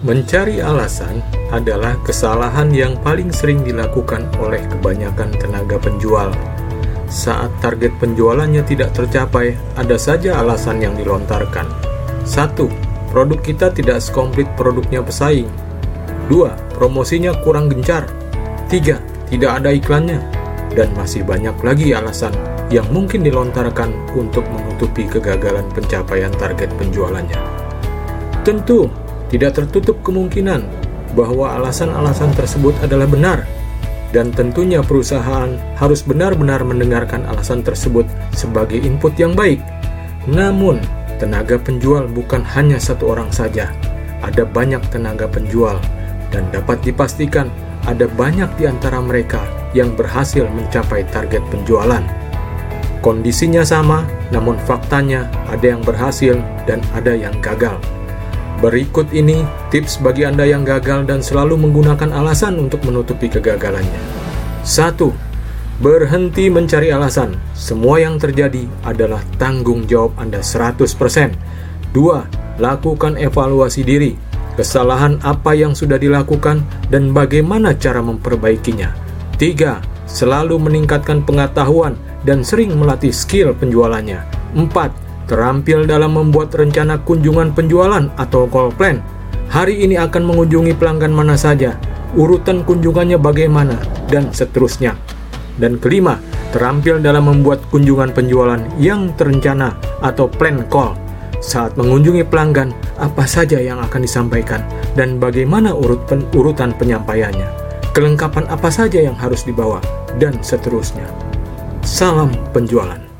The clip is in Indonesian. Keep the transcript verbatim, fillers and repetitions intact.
Mencari alasan adalah kesalahan yang paling sering dilakukan oleh kebanyakan tenaga penjual. Saat target penjualannya tidak tercapai, ada saja alasan yang dilontarkan. satu. Produk kita tidak sekomplit produknya pesaing. dua. Promosinya kurang gencar. tiga. Tidak ada iklannya. Dan masih banyak lagi alasan yang mungkin dilontarkan untuk menutupi kegagalan pencapaian target penjualannya. Tentu, tidak tertutup kemungkinan bahwa alasan-alasan tersebut adalah benar, dan tentunya perusahaan harus benar-benar mendengarkan alasan tersebut sebagai input yang baik. Namun, tenaga penjual bukan hanya satu orang saja. Ada banyak tenaga penjual, dan dapat dipastikan ada banyak di antara mereka yang berhasil mencapai target penjualan. Kondisinya sama, namun faktanya ada yang berhasil dan ada yang gagal. Berikut ini tips bagi Anda yang gagal dan selalu menggunakan alasan untuk menutupi kegagalannya. satu. Berhenti mencari alasan. Semua yang terjadi adalah tanggung jawab Anda seratus persen. dua. Lakukan evaluasi diri. Kesalahan apa yang sudah dilakukan dan bagaimana cara memperbaikinya. tiga. Selalu meningkatkan pengetahuan dan sering melatih skill penjualannya. empat. Terampil dalam membuat rencana kunjungan penjualan atau call plan. Hari ini akan mengunjungi pelanggan mana saja, urutan kunjungannya bagaimana, dan seterusnya. Dan kelima, terampil dalam membuat kunjungan penjualan yang terencana atau plan call. Saat mengunjungi pelanggan, apa saja yang akan disampaikan, dan bagaimana urut pen, urutan penyampaiannya. Kelengkapan apa saja yang harus dibawa, dan seterusnya. Salam penjualan.